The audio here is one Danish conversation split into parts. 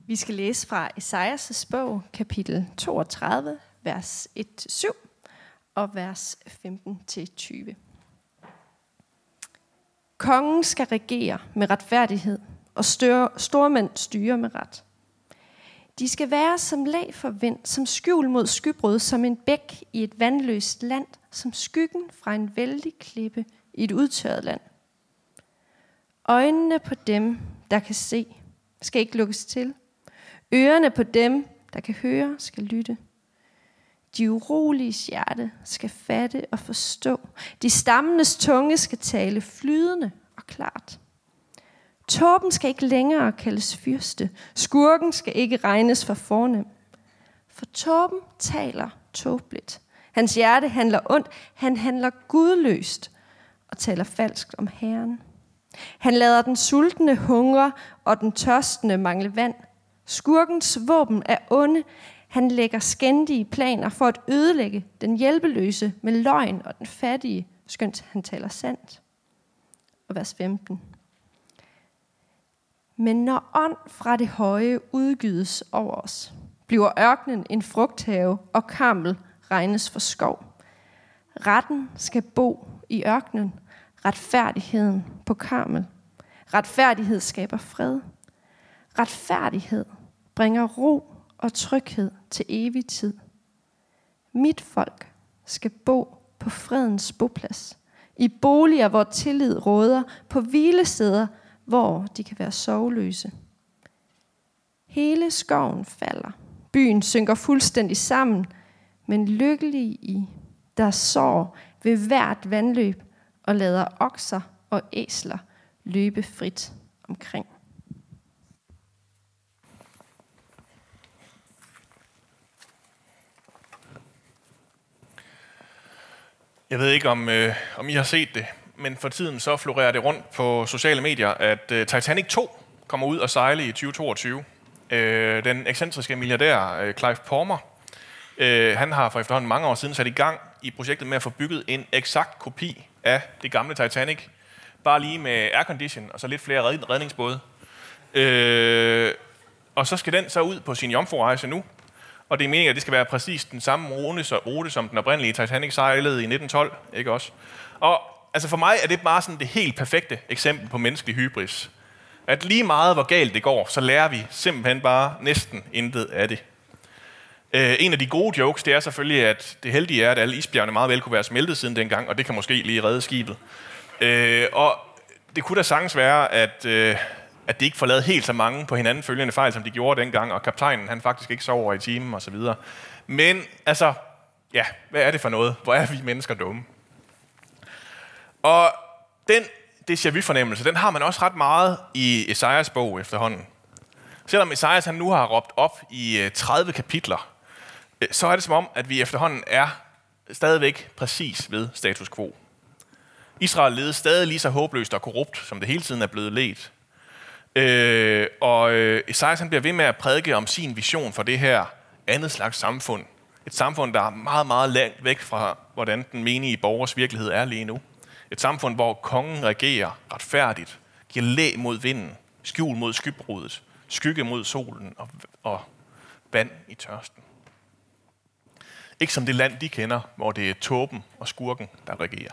Vi skal læse fra Esajas bog, kapitel 32, vers 1-7 og vers 15-20. Kongen skal regere med retfærdighed, og stormænd styre med ret. De skal være som lag for vind, som skjul mod skybrud, som en bæk i et vandløst land, som skyggen fra en vældig klippe i et udtørret land. Øjnene på dem, der kan se, skal ikke lukkes til. Ørerne på dem, der kan høre, skal lytte. De uroliges hjerte skal fatte og forstå. De stammendes tunge skal tale flydende og klart. Torben skal ikke længere kaldes fyrste. Skurken skal ikke regnes for fornem. For Torben taler tåbeligt. Hans hjerte handler ondt. Han handler gudløst og taler falskt om Herren. Han lader den sultne hungre og den tørstende mangle vand. Skurkens våben er onde. Han lægger skændige planer for at ødelægge den hjælpeløse med løgn og den fattige, skønt han taler sandt. Og vers 15. Men når ånd fra det høje udgydes over os, bliver ørkenen en frugthave, og Karmel regnes for skov. Retten skal bo i ørkenen, retfærdigheden på Karmel. Retfærdighed skaber fred. Retfærdighed bringer ro og tryghed til evig tid. Mit folk skal bo på fredens boplads, i boliger, hvor tillid råder, på hvilesteder, hvor de kan være sorgløse. Hele skoven falder. Byen synker fuldstændig sammen, men lykkelige I, der sår ved hvert vandløb og lader okser og æsler løbe frit omkring. Jeg ved ikke, om I har set det, men for tiden så florerer det rundt på sociale medier, at Titanic 2 kommer ud og sejle i 2022. Den ekscentriske milliardær Clive Palmer, han har for efterhånden mange år siden sat i gang i projektet med at få bygget en eksakt kopi af det gamle Titanic. Bare lige med aircondition og så lidt flere redningsbåde. Og så skal den så ud på sin jomfrurejse nu. Og det er meningen, at det skal være præcis den samme rute, som den oprindelige Titanic sejlede i 1912, ikke også? Og altså for mig er det bare sådan det helt perfekte eksempel på menneskelig hybris. At lige meget hvor galt det går, så lærer vi simpelthen bare næsten intet af det. En af de gode jokes, det er selvfølgelig, at det heldige er, at alle isbjergene meget vel kunne være smeltet siden dengang, og det kan måske lige redde skibet. Og det kunne da sagtens være, at de ikke får lavet helt så mange på hinanden følgende fejl, som de gjorde dengang, og kaptajnen han faktisk ikke sov over i timen og så videre. Men altså, ja, hvad er det for noget? Hvor er vi mennesker dumme? Og den déjà vu-fornemmelse, den har man også ret meget i Esajas bog efterhånden. Selvom Esajas han nu har råbt op i 30 kapitler, så er det som om, at vi efterhånden er stadigvæk præcis ved status quo. Israel ledes stadig lige så håbløst og korrupt, som det hele tiden er blevet ledt. Og Esajas han bliver ved med at prædike om sin vision for det her andet slags samfund. Et samfund, der er meget, meget langt væk fra, hvordan den menige borgers virkelighed er lige nu. Et samfund, hvor kongen regerer retfærdigt, giver læ mod vinden, skjul mod skybrudet, skygge mod solen og vand i tørsten. Ikke som det land, de kender, hvor det er Torben og skurken, der regerer.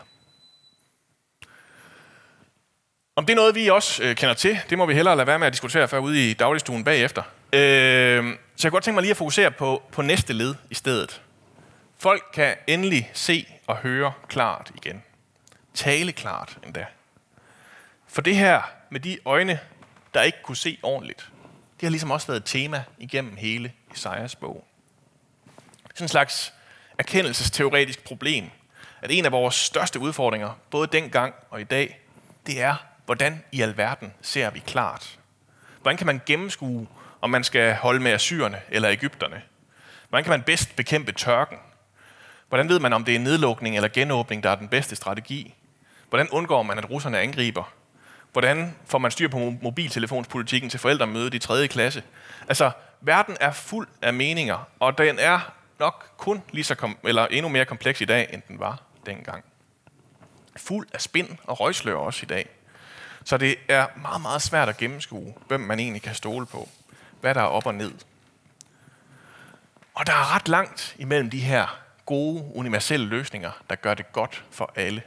Om det er noget, vi også kender til, det må vi hellere lade være med at diskutere før ude i dagligstuen bagefter. Så jeg kunne godt tænke mig lige at fokusere på næste led i stedet. Folk kan endelig se og høre klart igen. Tale klart endda. For det her med de øjne, der ikke kunne se ordentligt, det har ligesom også været et tema igennem hele Esajas bog. Sådan en slags erkendelsesteoretisk problem, at en af vores største udfordringer, både dengang og i dag, det er, hvordan i alverden ser vi klart? Hvordan kan man gennemskue, om man skal holde med assyrerne eller egypterne? Hvordan kan man bedst bekæmpe tørken? Hvordan ved man, om det er nedlukning eller genåbning, der er den bedste strategi? Hvordan undgår man, at russerne angriber? Hvordan får man styr på mobiltelefonspolitikken til forældremødet i 3. klasse? Altså, verden er fuld af meninger, og den er nok kun lige så eller endnu mere kompleks i dag, end den var dengang. Fuld af spind og røgslør også i dag. Så det er meget, meget svært at gennemskue, hvem man egentlig kan stole på. hvad der er op og ned. Og der er ret langt imellem de her gode, universelle løsninger, der gør det godt for alle.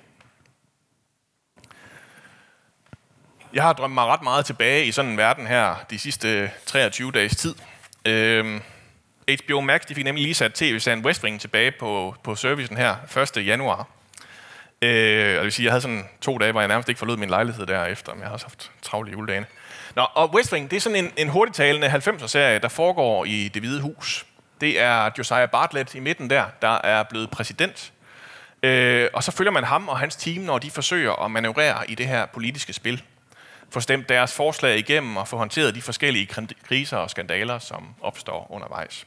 Jeg har drømt mig ret meget tilbage i sådan en verden her de sidste 23 dages tid. HBO Max de fik nemlig lige sat tv-serien West Wing tilbage på servicen her 1. januar. Og det vil sige, jeg havde sådan 2 dage, hvor jeg nærmest ikke forlod min lejlighed derefter, men jeg har også haft travle juledagene. Nå, og West Wing, det er sådan en hurtigtalende 90'er-serie, der foregår i Det Hvide Hus. Det er Josiah Bartlet i midten der er blevet præsident. Og så følger man ham og hans team, når de forsøger at manøvrere i det her politiske spil. Få stemt deres forslag igennem og få håndteret de forskellige kriser og skandaler, som opstår undervejs.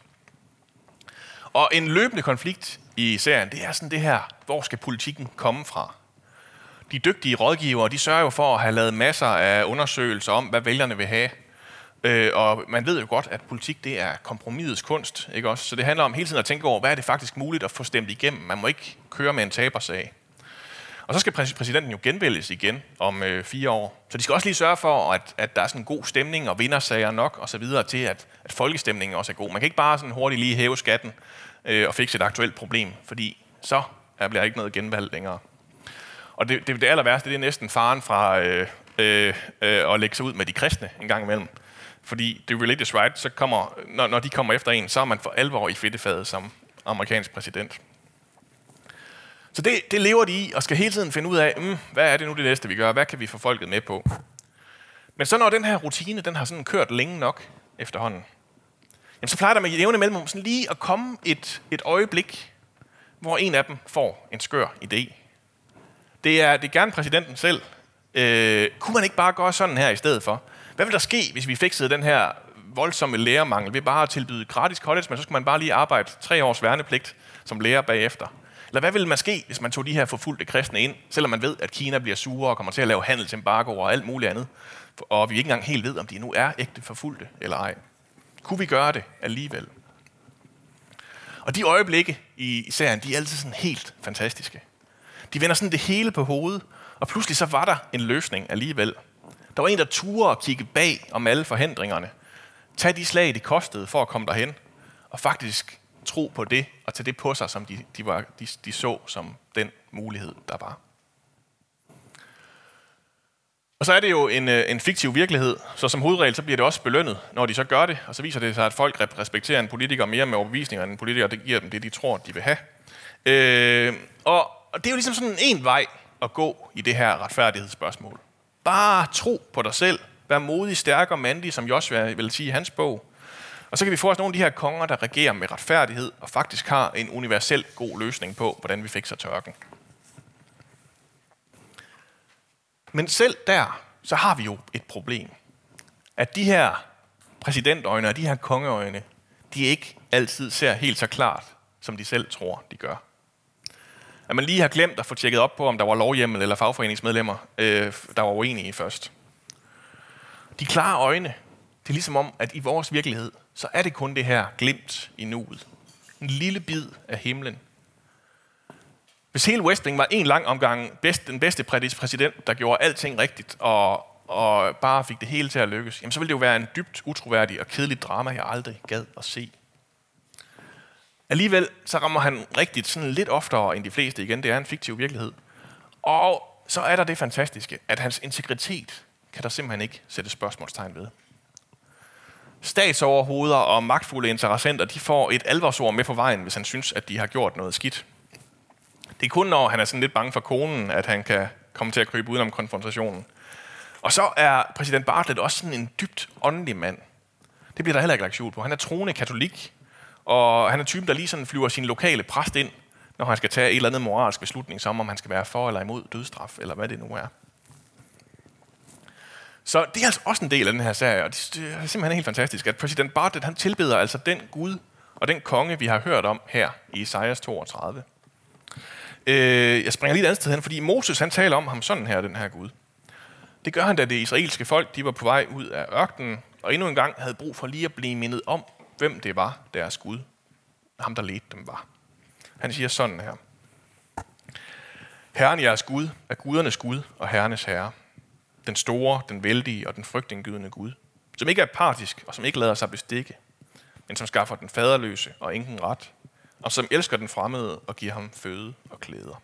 Og en løbende konflikt i serien, det er sådan det her, hvor skal politikken komme fra? De dygtige rådgivere, de sørger jo for at have lavet masser af undersøgelser om, hvad vælgerne vil have. Og man ved jo godt, at politik, det er kompromisets kunst, ikke også? Så det handler om hele tiden at tænke over, hvad er det faktisk muligt at få stemt igennem? Man må ikke køre med en tabersag. Og så skal præsidenten jo genvælges igen om 4 år. Så de skal også lige sørge for, at der er sådan en god stemning og vindersager nok og så videre til, at folkestemningen også er god. Man kan ikke bare sådan hurtigt lige hæve skatten og fikse et aktuelt problem, fordi så bliver ikke noget genvalg længere. Og det aller værste, det er næsten faren fra at lægge sig ud med de kristne en gang imellem. Fordi det religious right, så når de kommer efter en, så er man for alvor i fedtefadet som amerikansk præsident. Så det lever de i, og skal hele tiden finde ud af, hvad er det nu det næste, vi gør? Hvad kan vi få folket med på? Men så når den her rutine, den har sådan kørt længe nok efterhånden, jamen, så plejer der med jævne mellemrum sådan lige at komme et øjeblik, hvor en af dem får en skør idé. Det er gerne præsidenten selv. Kunne man ikke bare gøre sådan her i stedet for? Hvad vil der ske, hvis vi fikset den her voldsomme lærermangel ved bare at tilbyde gratis college, men så skal man bare lige arbejde 3 års værnepligt som lærer bagefter? Eller hvad ville man ske, hvis man tog de her forfulgte kristne ind, selvom man ved, at Kina bliver sure og kommer til at lave handelsembargo og alt muligt andet, og vi ikke engang helt ved, om de nu er ægte forfulgte eller ej? Kunne vi gøre det alligevel? Og de øjeblikke i serien, de er altid sådan helt fantastiske. De vender sådan det hele på hovedet, og pludselig så var der en løsning alligevel. Der var en, der turde at kigge bag om alle forhindringerne, tage de slag, det kostede for at komme derhen, og faktisk tro på det, og tage det på sig, som de så som den mulighed, der var. Og så er det jo en fiktiv virkelighed, så som hovedregel, så bliver det også belønnet, når de så gør det, og så viser det sig, at folk respekterer en politiker mere med overbevisninger, end en politiker, det giver dem det, de tror, de vil have. Og det er jo ligesom sådan en vej at gå i det her retfærdighedsspørgsmål. Bare tro på dig selv, vær modig, stærk og mandig, som Joshua vil sige i hans bog. Og så kan vi få os nogle af de her konger, der regerer med retfærdighed, og faktisk har en universel god løsning på, hvordan vi fikser tørken. Men selv der, så har vi jo et problem. At de her præsidentøjne og de her kongeøjne, de ikke altid ser helt så klart, som de selv tror, de gør. At man lige har glemt at få tjekket op på, om der var lovhjemmel eller fagforeningsmedlemmer, der var uenige først. De klare øjne, det er ligesom om, at i vores virkelighed, så er det kun det her glimt i nuet. En lille bid af himlen. Hvis hele West Wing var en lang omgang den bedste præsident, der gjorde alting rigtigt, og bare fik det hele til at lykkes, jamen så ville det jo være en dybt utroværdig og kedelig drama, jeg aldrig gad at se. Alligevel så rammer han rigtigt sådan lidt oftere end de fleste igen. Det er en fiktiv virkelighed. Og så er der det fantastiske, at hans integritet kan der simpelthen ikke sætte spørgsmålstegn ved. Statsoverhoveder og magtfulde interessenter, de får et alvorsord med på vejen, hvis han synes, at de har gjort noget skidt. Det er kun, når han er sådan lidt bange for konen, at han kan komme til at krybe udenom konfrontationen. Og så er præsident Bartlet også sådan en dybt åndelig mand. Det bliver der heller ikke lagt skjult på. Han er troende katolik, og han er typen, der lige sådan flyver sin lokale præst ind, når han skal tage et eller andet moralsk beslutning, som om han skal være for eller imod dødsstraf, eller hvad det nu er. Så det er altså også en del af den her serie, og det er simpelthen helt fantastisk, at præsident Bartlet, han tilbeder altså den Gud og den konge, vi har hørt om her i Esajas 32. Jeg springer lige et andet sted hen, fordi Moses, han taler om ham sådan her, den her Gud. Det gør han, da det israelske folk, de var på vej ud af ørkenen, og endnu en gang havde brug for lige at blive mindet om, hvem det var, deres Gud. Ham, der ledte dem, var. Han siger sådan her. Herren jeres Gud er gudernes Gud og herrenes herre. Den store, den vældige og den frygtindgydende Gud. som ikke er partisk og som ikke lader sig bestikke, men som skaffer den faderløse og enken ret, og som elsker den fremmede og giver ham føde og klæder.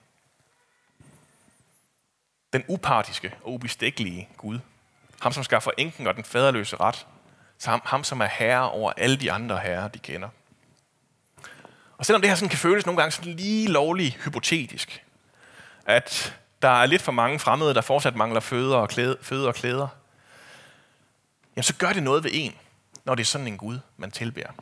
Den upartiske og ubestikkelige Gud, ham som skaffer enken og den faderløse ret, ham som er herre over alle de andre herrer, de kender. Og selvom det her sådan kan føles nogle gange sådan lige lovligt hypotetisk, at der er lidt for mange fremmede, der fortsat mangler føde og klæder, jamen så gør det noget ved en, når det er sådan en Gud, man tilbærer.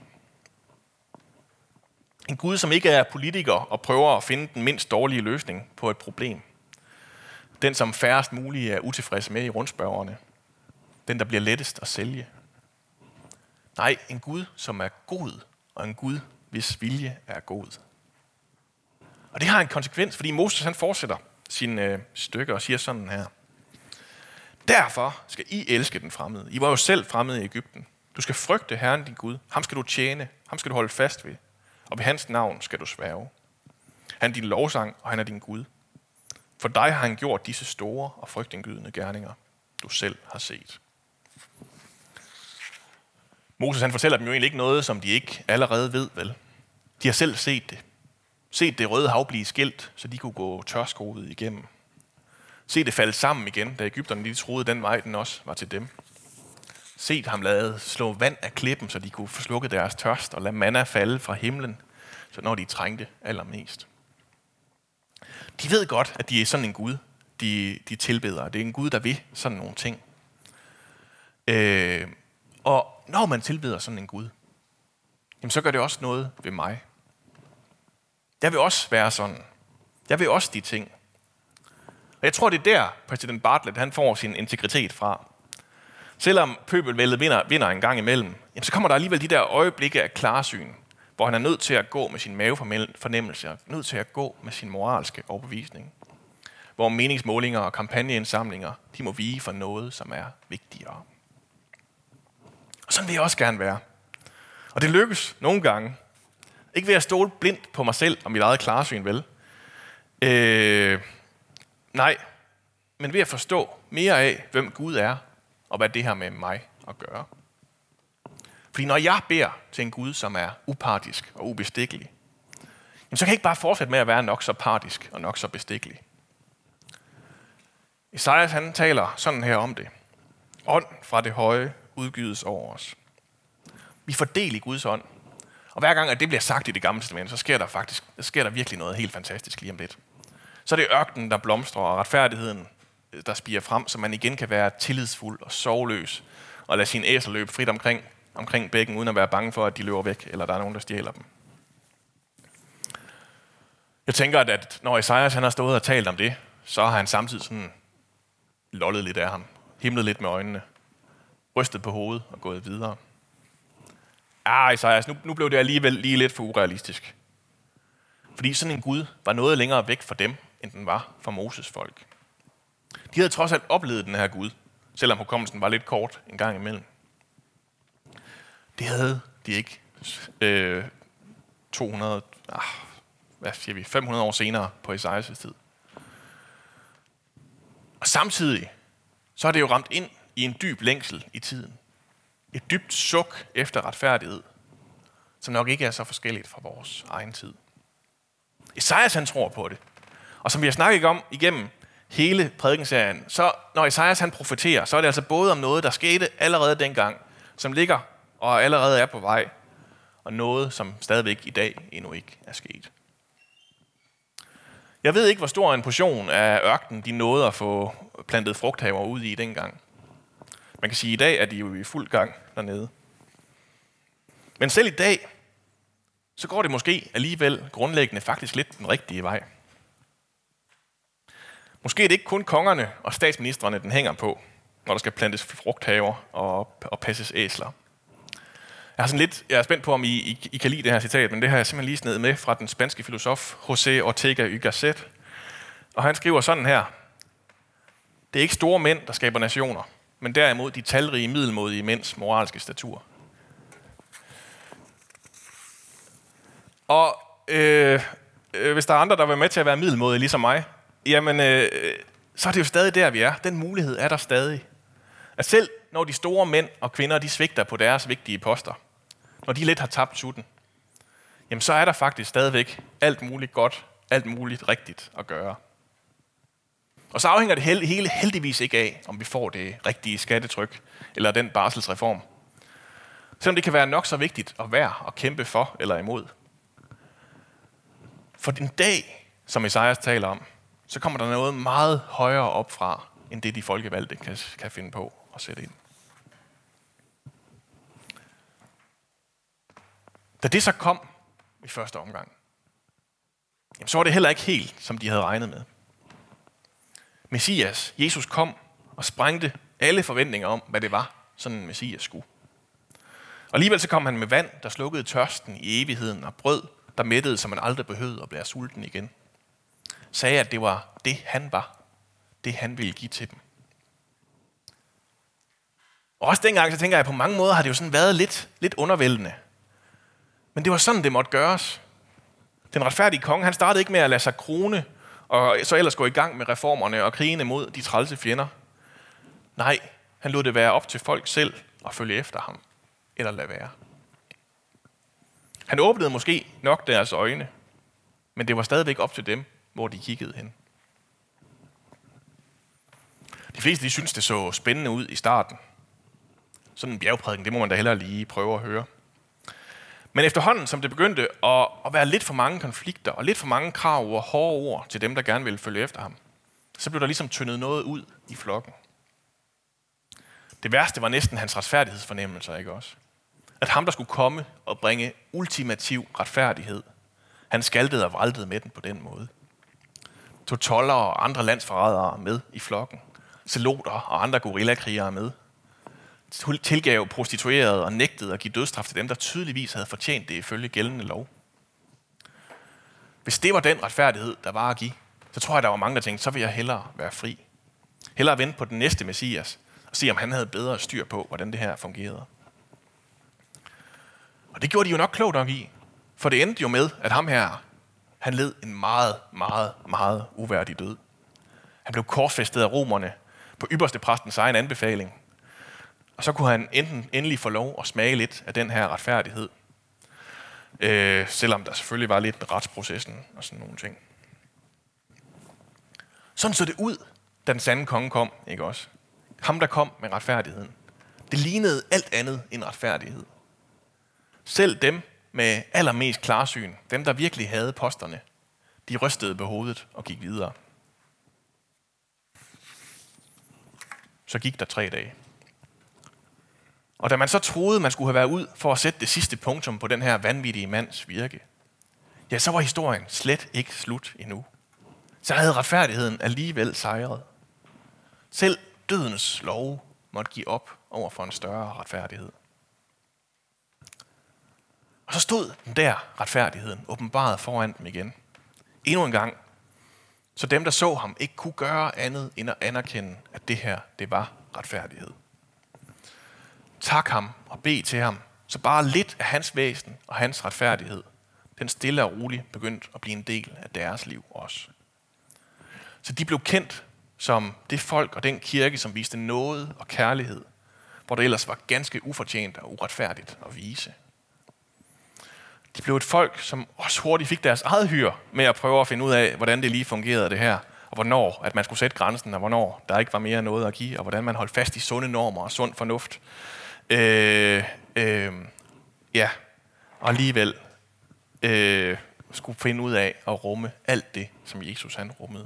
En Gud, som ikke er politiker og prøver at finde den mindst dårlige løsning på et problem. Den, som færrest muligt er utilfredse med i rundspørgerne. Den, der bliver lettest at sælge. Nej, en Gud, som er god, og en Gud, hvis vilje er god. Og det har en konsekvens, fordi Moses han fortsætter sine stykker og siger sådan her. Derfor skal I elske den fremmede. I var jo selv fremmede i Egypten. Du skal frygte Herren din Gud. Ham skal du tjene. Ham skal du holde fast ved. Og ved hans navn skal du sværge. Han er din lovsang, og han er din Gud. For dig har han gjort disse store og frygtindgydende gerninger, du selv har set. Moses han fortæller dem jo egentlig ikke noget, som de ikke allerede ved, vel? De har selv set det. Set det røde hav blive skilt, så de kunne gå tørskoet igennem. Set det falde sammen igen, da Egypterne de troede, den vej den også var til dem. Set ham lade slå vand af klippen, så de kunne få slukket deres tørst og lade manna falde fra himlen, så når de trængte allermest. De ved godt, at de er sådan en Gud, de tilbeder. Det er en Gud, der vil sådan nogle ting. Og når man tilbeder sådan en Gud, jamen så gør det også noget ved mig. Jeg vil også være sådan. Jeg vil også de ting. Og jeg tror, det er der, præsident Bartlett han får sin integritet fra. Selvom pøbelvældet vinder en gang imellem, jamen, så kommer der alligevel de der øjeblikke af klarsyn, hvor han er nødt til at gå med sin mavefornemmelse, nødt til at gå med sin moralske overbevisning. Hvor meningsmålinger og kampagneindsamlinger, de må vige for noget, som er vigtigere. Og sådan vil jeg også gerne være. Og det lykkes nogle gange. Ikke ved at stole blindt på mig selv og mit eget klarsyn, vel? Nej, men ved at forstå mere af, hvem Gud er, og hvad det har med mig at gøre. Fordi når jeg beder til en Gud, som er upartisk og ubestikkelig, så kan jeg ikke bare fortsætte med at være nok så partisk og nok så bestikkelig. Esajas han taler sådan her om det. Ånd fra det høje udgydes over os. Vi får del i Guds ånd. Og hver gang, at det bliver sagt i det gamle testamente, så sker der virkelig noget helt fantastisk lige om lidt. Så er det ørkenen, der blomstrer, og retfærdigheden, der spiger frem, så man igen kan være tillidsfuld og sorgløs, og lade sine æsler løbe frit omkring bækken, uden at være bange for, at de løber væk, eller der er nogen, der stjæler dem. Jeg tænker, at når Esajas han har stået og talt om det, så har han samtidig sådan lollet lidt af ham, himlet lidt med øjnene, rystet på hovedet og gået videre. Esajas, nu blev det alligevel lige lidt for urealistisk. Fordi sådan en Gud var noget længere væk fra dem, end den var for Moses folk. De havde trods alt oplevet den her Gud, selvom hukommelsen var lidt kort en gang imellem. Det havde de ikke 500 år senere på Esajas tid. Og samtidig, så er det jo ramt ind i en dyb længsel i tiden. Et dybt suk efter retfærdighed, som nok ikke er så forskelligt fra vores egen tid. Esajas han tror på det. Og som vi har snakket om igennem hele prædikenserien, så når Esajas han profeterer, så er det altså både om noget, der skete allerede dengang, som ligger og allerede er på vej, og noget, som stadigvæk i dag endnu ikke er sket. Jeg ved ikke, hvor stor en portion af ørkenen de nåede at få plantet frugthaver ud i dengang. Man kan sige, at i dag er de jo i fuld gang dernede. Men selv i dag, så går det måske alligevel grundlæggende faktisk lidt den rigtige vej. Måske er det ikke kun kongerne og statsministrene, den hænger på, når der skal plantes frugthaver og passes æsler. Jeg er spændt på, om I kan lide det her citat, men det har jeg simpelthen lige snedet med fra den spanske filosof José Ortega y Gasset. Og han skriver sådan her. Det er ikke store mænd, der skaber nationer, men derimod de talrige middelmådige mænds moralske statur. Og hvis der er andre, der vil være med til at være middelmådige ligesom mig, jamen så er det jo stadig der, vi er. Den mulighed er der stadig. At selv når de store mænd og kvinder, de svigter på deres vigtige poster, når de lidt har tabt sutten, jamen så er der faktisk stadigvæk alt muligt godt, alt muligt rigtigt at gøre. Og så afhænger det hele heldigvis ikke af, om vi får det rigtige skattetryk eller den barselsreform. Selvom det kan være nok så vigtigt at være og kæmpe for eller imod. For den dag, som Esajas taler om, så kommer der noget meget højere op fra, end det de folkevalgte kan finde på at sætte ind. Da det så kom i første omgang, så var det heller ikke helt, som de havde regnet med. Messias, Jesus, kom og sprængte alle forventninger om, hvad det var, sådan en Messias skulle. Og alligevel så kom han med vand, der slukkede tørsten i evigheden, og brød, der mættede, så man aldrig behøvede at blive sulten igen. Sagde, at det var det, han var. Det, han ville give til dem. Og også dengang, så tænker jeg, at på mange måder har det jo sådan været lidt undervældende. Men det var sådan, det måtte gøres. Den retfærdige konge, han startede ikke med at lade sig krone, og så ellers gå i gang med reformerne og krigene mod de trælse fjender. Nej, han lod det være op til folk selv at følge efter ham, eller lade være. Han åbnede måske nok deres øjne, men det var stadigvæk op til dem, hvor de kiggede hen. De fleste de synes, det så spændende ud i starten. Sådan en bjergprædiken, det må man da hellere lige prøve at høre. Men efterhånden, som det begyndte at være lidt for mange konflikter og lidt for mange krav og hårde ord til dem, der gerne ville følge efter ham, så blev der ligesom tyndet noget ud i flokken. Det værste var næsten hans retfærdighedsfornemmelser, ikke også? At ham, der skulle komme og bringe ultimativ retfærdighed, han skaltede og vraltede med den på den måde. Tog toldere og andre landsforrædere med i flokken. Zeloter og andre gorillakrigere med. Tilgav prostituerede og nægtede at give dødsstraf til dem, der tydeligvis havde fortjent det ifølge gældende lov. Hvis det var den retfærdighed, der var at give, så tror jeg, der var mange, der tænkte, så vil jeg hellere være fri. Hellere vente på den næste Messias og se, om han havde bedre styr på, hvordan det her fungerede. Og det gjorde de jo nok klogt nok i, for det endte jo med, at ham her, han led en meget, meget, meget uværdig død. Han blev korsfæstet af romerne på ypperste præstens egen anbefaling. Og så kunne han endelig få lov at smage lidt af den her retfærdighed. Selvom der selvfølgelig var lidt med retsprocessen og sådan nogle ting. Sådan så det ud, da den sande konge kom, ikke også? Ham, der kom med retfærdigheden. Det lignede alt andet end retfærdighed. Selv dem med allermest klarsyn, dem der virkelig havde posterne, de rystede på hovedet og gik videre. Så gik der 3 dage. Og da man så troede, man skulle have været ud for at sætte det sidste punktum på den her vanvittige mands virke, ja, så var historien slet ikke slut endnu. Så havde retfærdigheden alligevel sejret. Selv dødens lov måtte give op over for en større retfærdighed. Og så stod den der retfærdigheden åbenbaret foran dem igen. Endnu en gang. Så dem, der så ham, ikke kunne gøre andet end at anerkende, at det her, det var retfærdighed. Tak ham og bed til ham, så bare lidt af hans væsen og hans retfærdighed, den stille og roligt begyndte at blive en del af deres liv også. Så de blev kendt som det folk og den kirke, som viste nåde og kærlighed, hvor det ellers var ganske ufortjent og uretfærdigt at vise. De blev et folk, som også hurtigt fik deres eget hyre med at prøve at finde ud af, hvordan det lige fungerede det her, og hvornår at man skulle sætte grænsen, og hvornår der ikke var mere noget at give, og hvordan man holdt fast i sunde normer og sund fornuft. Og alligevel skulle finde ud af at rumme alt det, som Jesus han rummede.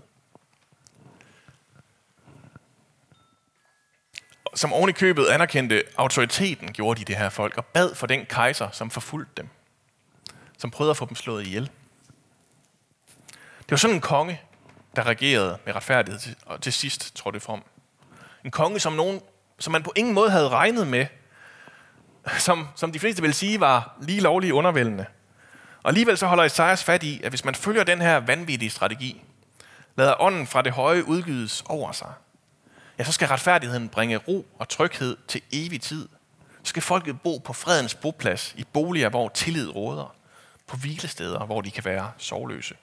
Som oven i købet anerkendte autoriteten, gjorde de det her folk, og bad for den kejser, som forfulgte dem, som prøvede at få dem slået ihjel. Det var sådan en konge, der regerede med retfærdighed og til sidst trådte frem. En konge, som man på ingen måde havde regnet med, som de fleste vil sige var lige lovligt undervældende. Og alligevel så holder Esajas fat i, at hvis man følger den her vanvittige strategi, lader ånden fra det høje udgydes over sig, ja, så skal retfærdigheden bringe ro og tryghed til evig tid. Så skal folket bo på fredens boplads, i boliger, hvor tillid råder, på hvilesteder, hvor de kan være sorgløse.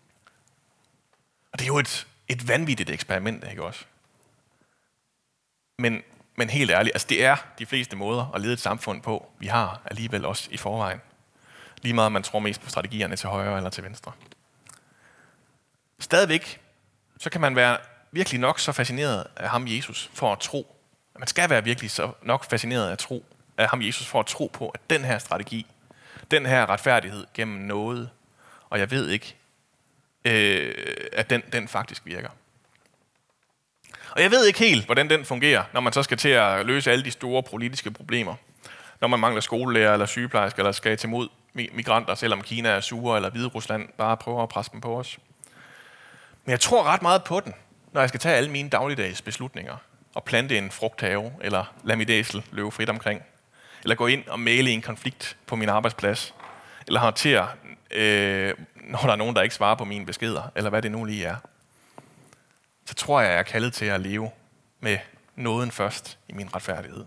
Og det er jo et vanvittigt eksperiment, ikke også? Men helt ærligt, altså det er de fleste måder at lede et samfund på, vi har alligevel også i forvejen. Lige meget man tror mest på strategierne til højre eller til venstre. Stadigvæk, så kan man være virkelig nok så fascineret af ham Jesus for at tro. Man skal være virkelig så nok fascineret af ham Jesus for at tro på, at den her strategi, den her retfærdighed gennem noget, og jeg ved ikke, at den faktisk virker. Og jeg ved ikke helt, hvordan den fungerer, når man så skal til at løse alle de store politiske problemer. Når man mangler skolelærer eller sygeplejersker, eller skal til mod migranter, selvom Kina er sure, eller Hviderusland bare prøver at presse dem på os. Men jeg tror ret meget på den, når jeg skal tage alle mine dagligdags beslutninger, og plante en frugthave, eller lade mit æsel løbe frit omkring, eller gå ind og mæle en konflikt på min arbejdsplads, eller håndtere, når der er nogen, der ikke svarer på mine beskeder, eller hvad det nu lige er. Så tror jeg er kaldet til at leve med nåden først i min retfærdighed.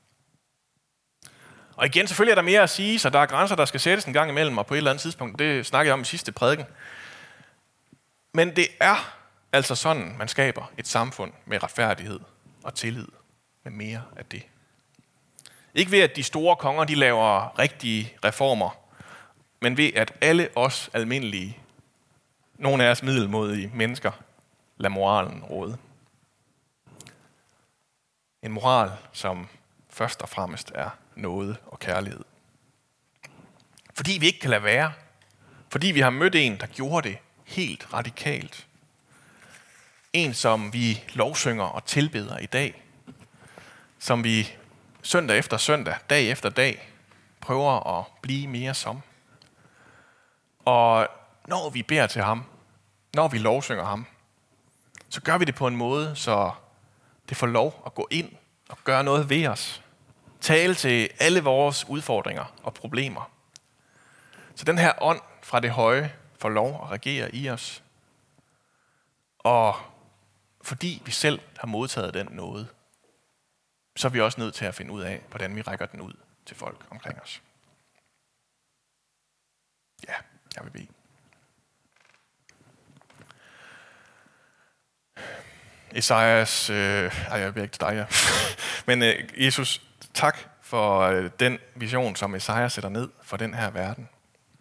Og igen, selvfølgelig er der mere at sige, så der er grænser, der skal sættes en gang imellem, og på et eller andet tidspunkt, det snakkede jeg om i sidste prædiken. Men det er altså sådan, man skaber et samfund med retfærdighed og tillid med mere af det. Ikke ved, at de store konger de laver rigtige reformer, men ved, at alle os almindelige, nogle af os middelmådige mennesker, lader moralen råde. En moral, som først og fremmest er nåde og kærlighed. Fordi vi ikke kan lade være. Fordi vi har mødt en, der gjorde det helt radikalt. En, som vi lovsynger og tilbeder i dag. Som vi søndag efter søndag, dag efter dag, prøver at blive mere som. Og når vi beder til ham, når vi lovsynger ham, så gør vi det på en måde, så det får lov at gå ind og gøre noget ved os. Tale til alle vores udfordringer og problemer. Så den her ånd fra det høje får lov at regere i os. Og fordi vi selv har modtaget den nåde, så er vi også nødt til at finde ud af, hvordan vi rækker den ud til folk omkring os. Ja, jeg vil bede. Esajas, jeg beder ikke til dig, ja. Men Jesus, tak for den vision, som Esajas sætter ned for den her verden.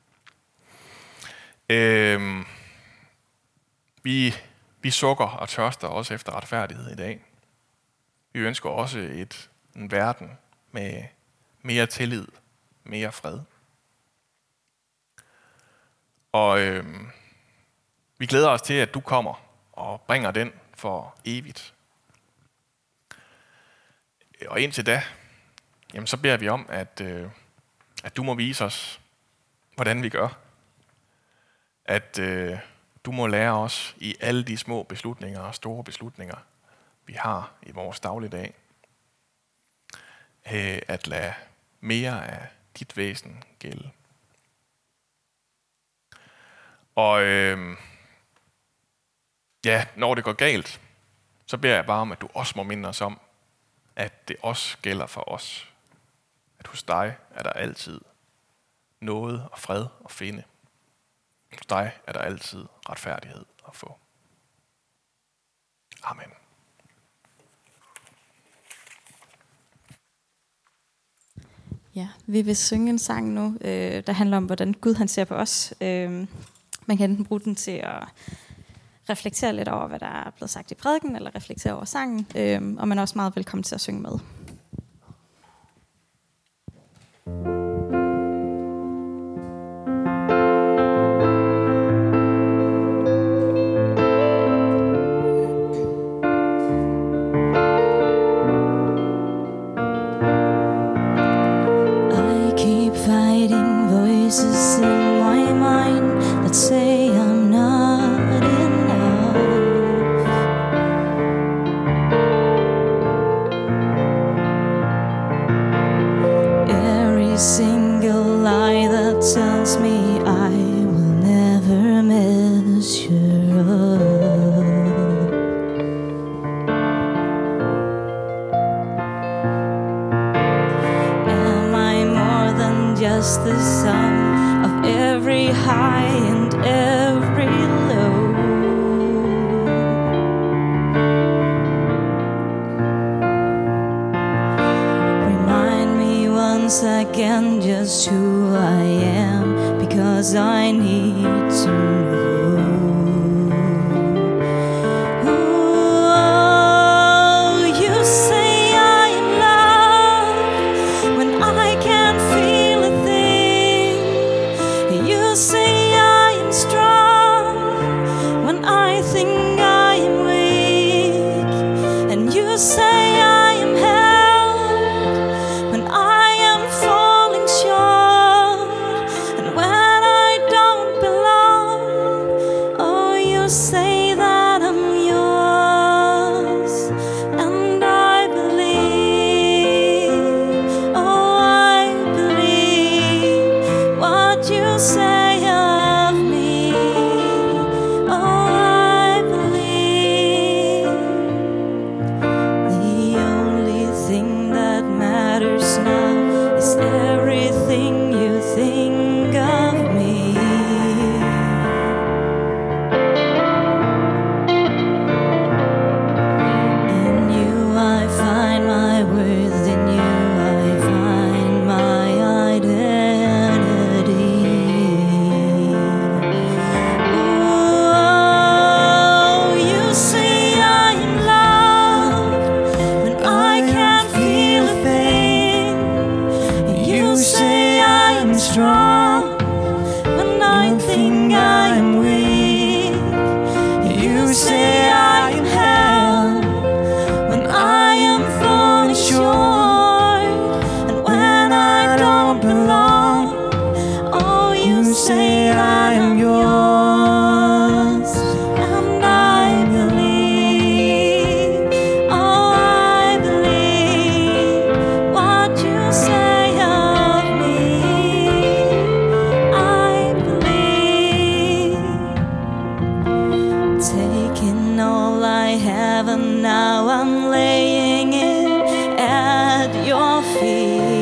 Vi sukker og tørster også efter retfærdighed i dag. Vi ønsker også en verden med mere tillid, mere fred. Og vi glæder os til, at du kommer og bringer den for evigt. Og indtil da, jamen så beder vi om, at du må vise os, hvordan vi gør. At du må lære os i alle de små beslutninger og store beslutninger, vi har i vores dagligdag, at lade mere af dit væsen gælde. Og når det går galt, så beder jeg bare om, at du også må minde os om, at det også gælder for os. At hos dig er der altid noget og fred at finde. Hos dig er der altid retfærdighed at få. Amen. Ja, vi vil synge en sang nu, der handler om, hvordan Gud han ser på os. Man kan enten bruge den til at reflektere lidt over, hvad der er blevet sagt i prædiken, eller reflektere over sangen, og man er også meget velkommen til at synge med. Voices in my mind that say I'm not enough. Every single lie that tells me I will never measure up. Am I more than just the sum of every high and every low? once again just who I am, because I need to know. Oh, you say I am loved when I can't feel a thing. You say I am strong when I think I am weak. And you say I am held when I am falling short. And when I don't belong, oh, you say that I'm yours. And I believe, oh, I believe what you say of me. Oh, I believe. The only thing that matters now is everything you think of me. In you I find my worth, in you I find my identity. Oh, you say I am loved when I can't feel a thing. You say I am strong when I think I am weak. You say I am held when I am falling short. And when I don't belong, oh, you say I am yours. And I believe, oh, I believe what you say of me. I believe. Taking all I have and now I'm laying it at your feet.